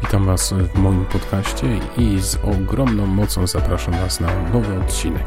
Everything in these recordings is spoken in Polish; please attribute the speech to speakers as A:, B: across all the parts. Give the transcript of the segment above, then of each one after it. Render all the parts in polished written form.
A: Witam Was w moim podcaście i z ogromną mocą zapraszam Was na nowy odcinek.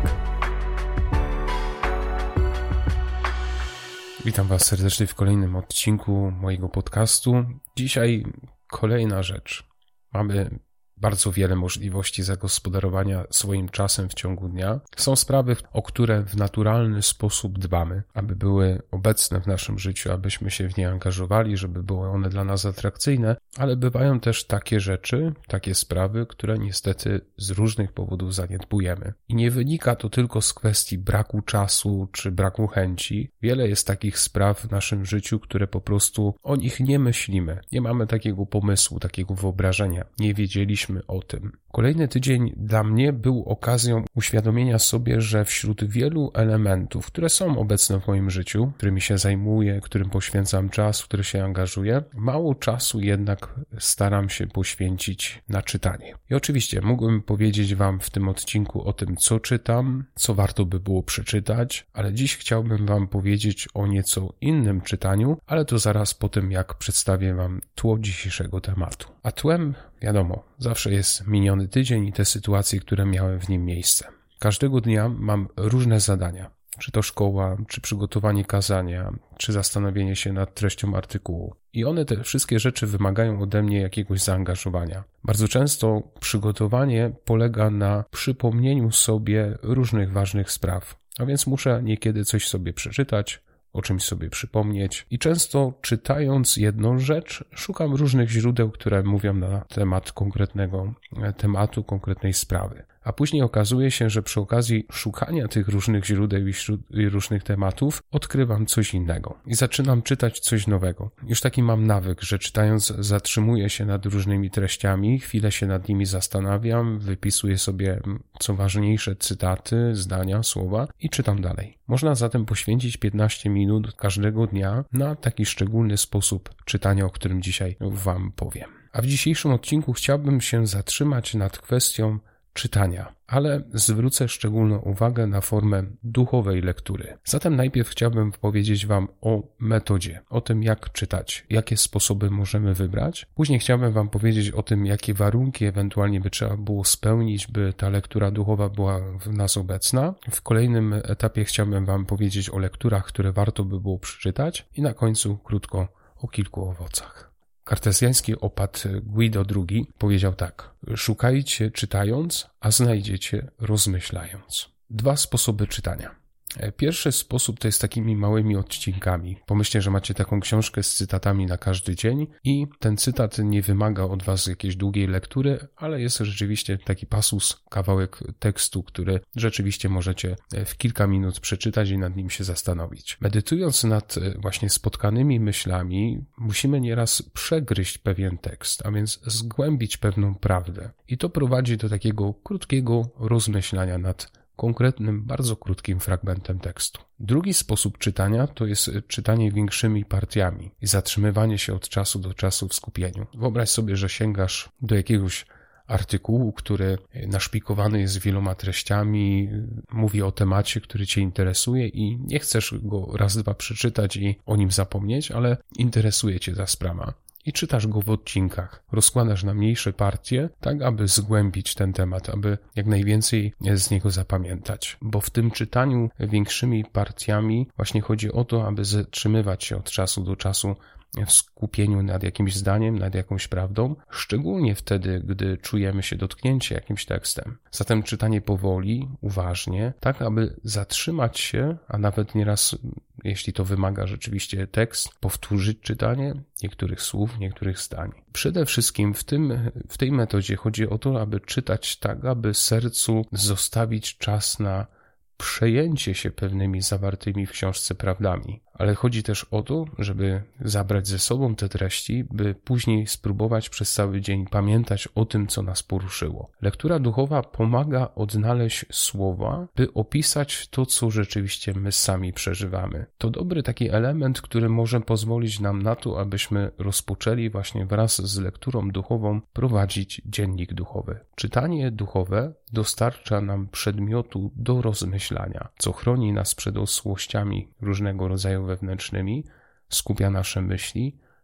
A: Witam Was serdecznie w kolejnym odcinku mojego podcastu. Dzisiaj kolejna rzecz. Mamy bardzo wiele możliwości zagospodarowania swoim czasem w ciągu dnia. Są sprawy, o które w naturalny sposób dbamy, aby były obecne w naszym życiu, abyśmy się w nie angażowali, żeby były one dla nas atrakcyjne, ale bywają też takie rzeczy, takie sprawy, które niestety z różnych powodów zaniedbujemy. I nie wynika to tylko z kwestii braku czasu czy braku chęci. Wiele jest takich spraw w naszym życiu, które po prostu o nich nie myślimy. Nie mamy takiego pomysłu, takiego wyobrażenia. Nie wiedzieliśmy o tym. Kolejny tydzień dla mnie był okazją uświadomienia sobie, że wśród wielu elementów, które są obecne w moim życiu, którymi się zajmuję, którym poświęcam czas, w który się angażuję, mało czasu jednak staram się poświęcić na czytanie. I oczywiście mógłbym powiedzieć Wam w tym odcinku o tym, co czytam, co warto by było przeczytać, ale dziś chciałbym Wam powiedzieć o nieco innym czytaniu, ale to zaraz po tym, jak przedstawię Wam tło dzisiejszego tematu. A tłem, wiadomo, zawsze jest miniony tydzień i te sytuacje, które miały w nim miejsce. Każdego dnia mam różne zadania. Czy to szkoła, czy przygotowanie kazania, czy zastanowienie się nad treścią artykułu. I one, te wszystkie rzeczy wymagają ode mnie jakiegoś zaangażowania. Bardzo często przygotowanie polega na przypomnieniu sobie różnych ważnych spraw. A więc muszę niekiedy coś sobie przeczytać, o czymś sobie przypomnieć i często czytając jedną rzecz szukam różnych źródeł, które mówią na temat konkretnego tematu, konkretnej sprawy. A później okazuje się, że przy okazji szukania tych różnych źródeł i różnych tematów odkrywam coś innego i zaczynam czytać coś nowego. Już taki mam nawyk, że czytając zatrzymuję się nad różnymi treściami, chwilę się nad nimi zastanawiam, wypisuję sobie co ważniejsze cytaty, zdania, słowa i czytam dalej. Można zatem poświęcić 15 minut każdego dnia na taki szczególny sposób czytania, o którym dzisiaj Wam powiem. A w dzisiejszym odcinku chciałbym się zatrzymać nad kwestią czytania, ale zwrócę szczególną uwagę na formę duchowej lektury. Zatem najpierw chciałbym powiedzieć Wam o metodzie, o tym jak czytać, jakie sposoby możemy wybrać. Później chciałbym Wam powiedzieć o tym, jakie warunki ewentualnie by trzeba było spełnić, by ta lektura duchowa była w nas obecna. W kolejnym etapie chciałbym Wam powiedzieć o lekturach, które warto by było przeczytać i na końcu krótko o kilku owocach. Kartezjański opat Guido II powiedział tak: szukajcie czytając, a znajdziecie rozmyślając. Dwa sposoby czytania. Pierwszy sposób to jest takimi małymi odcinkami. Pomyślcie, że macie taką książkę z cytatami na każdy dzień i ten cytat nie wymaga od Was jakiejś długiej lektury, ale jest rzeczywiście taki pasus, kawałek tekstu, który rzeczywiście możecie w kilka minut przeczytać i nad nim się zastanowić. Medytując nad właśnie spotkanymi myślami, musimy nieraz przegryźć pewien tekst, a więc zgłębić pewną prawdę. I to prowadzi do takiego krótkiego rozmyślania nad konkretnym, bardzo krótkim fragmentem tekstu. Drugi sposób czytania to jest czytanie większymi partiami i zatrzymywanie się od czasu do czasu w skupieniu. Wyobraź sobie, że sięgasz do jakiegoś artykułu, który naszpikowany jest wieloma treściami, mówi o temacie, który Cię interesuje i nie chcesz go raz, dwa przeczytać i o nim zapomnieć, ale interesuje Cię ta sprawa. I czytasz go w odcinkach. Rozkładasz na mniejsze partie, tak aby zgłębić ten temat, aby jak najwięcej z niego zapamiętać. Bo w tym czytaniu większymi partiami właśnie chodzi o to, aby zatrzymywać się od czasu do czasu w skupieniu nad jakimś zdaniem, nad jakąś prawdą, szczególnie wtedy, gdy czujemy się dotknięci jakimś tekstem. Zatem czytanie powoli, uważnie, tak aby zatrzymać się, a nawet nieraz, jeśli to wymaga rzeczywiście tekst, powtórzyć czytanie niektórych słów, niektórych zdań. Przede wszystkim w tej metodzie chodzi o to, aby czytać tak, aby sercu zostawić czas na przejęcie się pewnymi zawartymi w książce prawdami. Ale chodzi też o to, żeby zabrać ze sobą te treści, by później spróbować przez cały dzień pamiętać o tym, co nas poruszyło. Lektura duchowa pomaga odnaleźć słowa, by opisać to, co rzeczywiście my sami przeżywamy. To dobry taki element, który może pozwolić nam na to, abyśmy rozpoczęli właśnie wraz z lekturą duchową prowadzić dziennik duchowy. Czytanie duchowe dostarcza nam przedmiotu do rozmyślania, co chroni nas przed osłościami różnego rodzaju wewnętrznymi, skupia nasze myśli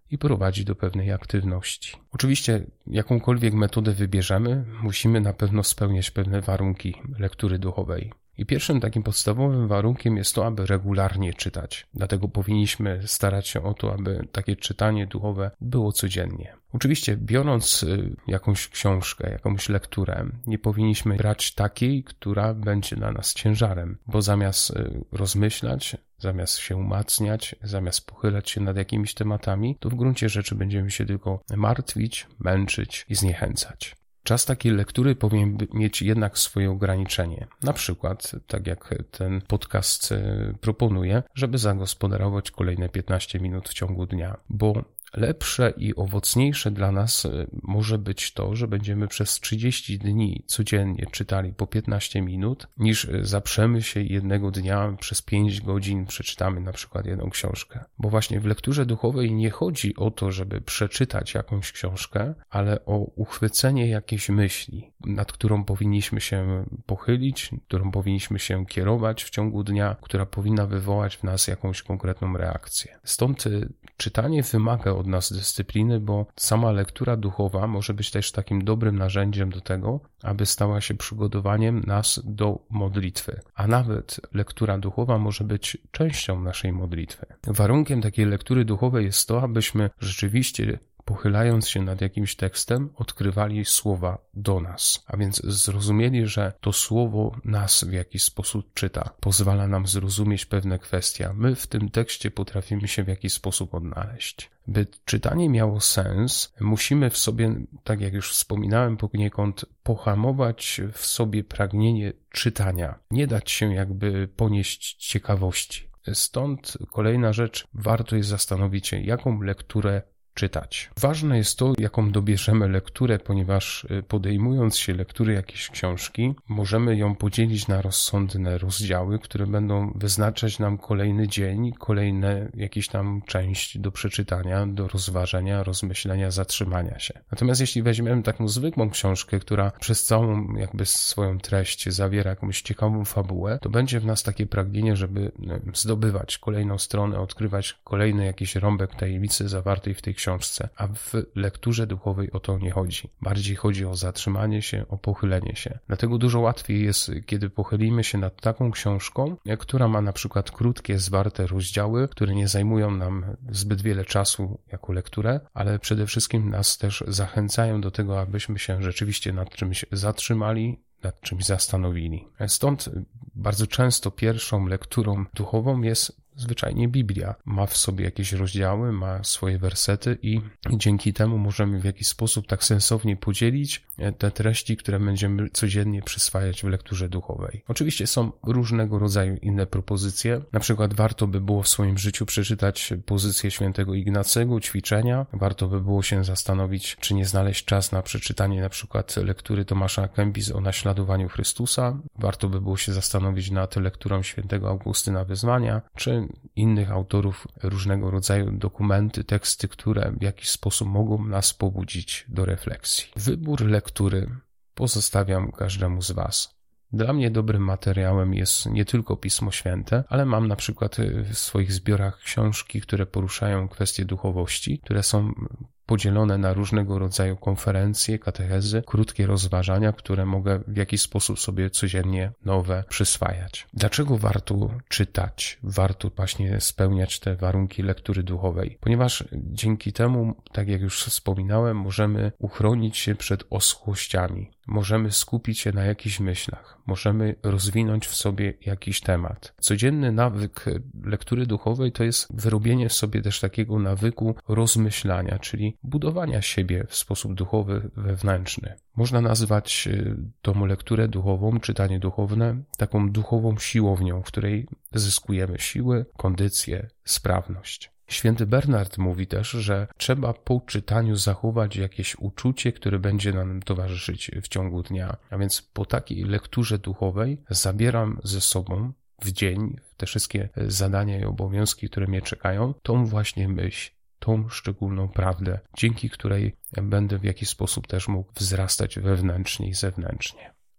A: i prowadzi do pewnej aktywności. Oczywiście jakąkolwiek metodę wybierzemy, musimy na pewno spełniać pewne warunki lektury duchowej. I pierwszym takim podstawowym warunkiem jest to, aby regularnie czytać. Dlatego powinniśmy starać się o to, aby takie czytanie duchowe było codziennie. Oczywiście biorąc jakąś książkę, jakąś lekturę, nie powinniśmy brać takiej, która będzie dla nas ciężarem, bo zamiast rozmyślać, zamiast się umacniać, zamiast pochylać się nad jakimiś tematami, to w gruncie rzeczy będziemy się tylko martwić, męczyć i zniechęcać. Czas takiej lektury powinien mieć jednak swoje ograniczenie. Na przykład, tak jak ten podcast proponuje, żeby zagospodarować kolejne 15 minut w ciągu dnia, bo lepsze i owocniejsze dla nas może być to, że będziemy przez 30 dni codziennie czytali po 15 minut, niż zaprzemy się jednego dnia przez 5 godzin przeczytamy na przykład jedną książkę. Bo właśnie w lekturze duchowej nie chodzi o to, żeby przeczytać jakąś książkę, ale o uchwycenie jakiejś myśli, nad którą powinniśmy się pochylić, którą powinniśmy się kierować w ciągu dnia, która powinna wywołać w nas jakąś konkretną reakcję. Stąd czytanie wymaga od nas dyscypliny, bo sama lektura duchowa może być też takim dobrym narzędziem do tego, aby stała się przygotowaniem nas do modlitwy. A nawet lektura duchowa może być częścią naszej modlitwy. Warunkiem takiej lektury duchowej jest to, abyśmy rzeczywiście pochylając się nad jakimś tekstem, odkrywali słowa do nas. A więc zrozumieli, że to słowo nas w jakiś sposób czyta. Pozwala nam zrozumieć pewne kwestie. My w tym tekście potrafimy się w jakiś sposób odnaleźć. By czytanie miało sens, musimy w sobie, tak jak już wspominałem poniekąd, pohamować w sobie pragnienie czytania. Nie dać się jakby ponieść ciekawości. Stąd kolejna rzecz, warto jest zastanowić się, jaką lekturę czytać. Ważne jest to, jaką dobierzemy lekturę, ponieważ podejmując się lektury jakiejś książki, możemy ją podzielić na rozsądne rozdziały, które będą wyznaczać nam kolejny dzień, kolejne jakieś tam część do przeczytania, do rozważenia, rozmyślenia, zatrzymania się. Natomiast jeśli weźmiemy taką zwykłą książkę, która przez całą jakby swoją treść zawiera jakąś ciekawą fabułę, to będzie w nas takie pragnienie, żeby zdobywać kolejną stronę, odkrywać kolejny jakiś rąbek tajemnicy zawartej w tej książce, a w lekturze duchowej o to nie chodzi. Bardziej chodzi o zatrzymanie się, o pochylenie się. Dlatego dużo łatwiej jest, kiedy pochylimy się nad taką książką, która ma na przykład krótkie, zwarte rozdziały, które nie zajmują nam zbyt wiele czasu jako lekturę, ale przede wszystkim nas też zachęcają do tego, abyśmy się rzeczywiście nad czymś zatrzymali, nad czymś zastanowili. Stąd bardzo często pierwszą lekturą duchową jest zwyczajnie Biblia. Ma w sobie jakieś rozdziały, ma swoje wersety i dzięki temu możemy w jakiś sposób tak sensownie podzielić te treści, które będziemy codziennie przyswajać w lekturze duchowej. Oczywiście są różnego rodzaju inne propozycje. Na przykład warto by było w swoim życiu przeczytać pozycję świętego Ignacego, ćwiczenia. Warto by było się zastanowić, czy nie znaleźć czas na przeczytanie na przykład lektury Tomasza Kempis o naśladowaniu Chrystusa. Warto by było się zastanowić nad lekturą świętego Augustyna Wyznania, czy innych autorów różnego rodzaju dokumenty, teksty, które w jakiś sposób mogą nas pobudzić do refleksji. Wybór lektury pozostawiam każdemu z Was. Dla mnie dobrym materiałem jest nie tylko Pismo Święte, ale mam na przykład w swoich zbiorach książki, które poruszają kwestie duchowości, które są podzielone na różnego rodzaju konferencje, katechezy, krótkie rozważania, które mogę w jakiś sposób sobie codziennie nowe przyswajać. Dlaczego warto czytać? Warto właśnie spełniać te warunki lektury duchowej? Ponieważ dzięki temu, tak jak już wspominałem, możemy uchronić się przed oschłościami. Możemy skupić się na jakichś myślach. Możemy rozwinąć w sobie jakiś temat. Codzienny nawyk lektury duchowej to jest wyrobienie w sobie też takiego nawyku rozmyślania, czyli budowania siebie w sposób duchowy, wewnętrzny. Można nazwać tą lekturę duchową, czytanie duchowne, taką duchową siłownią, w której zyskujemy siły, kondycję, sprawność. Święty Bernard mówi też, że trzeba po czytaniu zachować jakieś uczucie, które będzie nam towarzyszyć w ciągu dnia. A więc po takiej lekturze duchowej zabieram ze sobą w dzień, w te wszystkie zadania i obowiązki, które mnie czekają, tą właśnie myśl, tą szczególną prawdę, dzięki której będę w jakiś sposób też mógł wzrastać wewnętrznie i zewnętrznie.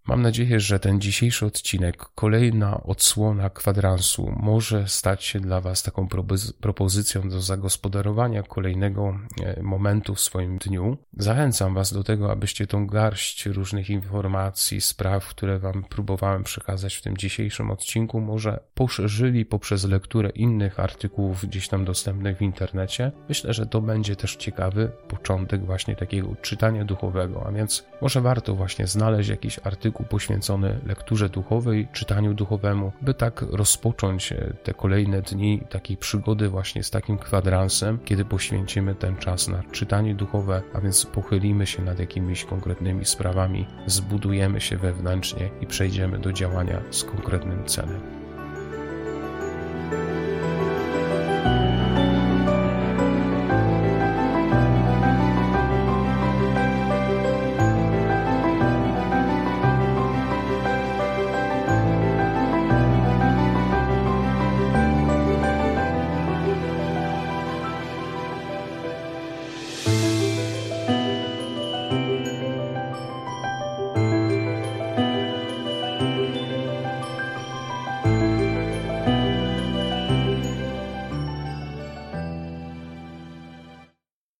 A: Mam nadzieję, że ten dzisiejszy odcinek, kolejna odsłona kwadransu, może stać się dla Was taką propozycją do zagospodarowania kolejnego momentu w swoim dniu. Zachęcam Was do tego, abyście tą garść różnych informacji, spraw, które Wam próbowałem przekazać w tym dzisiejszym odcinku, może poszerzyli poprzez lekturę innych artykułów gdzieś tam dostępnych w internecie. Myślę, że to będzie też ciekawy początek właśnie takiego czytania duchowego, a więc może warto właśnie znaleźć jakiś artykuł poświęcony lekturze duchowej, czytaniu duchowemu, by tak rozpocząć te kolejne dni takiej przygody właśnie z takim kwadransem, kiedy poświęcimy ten czas na czytanie duchowe, a więc pochylimy się nad jakimiś konkretnymi sprawami, zbudujemy się wewnętrznie i przejdziemy do działania z konkretnym celem.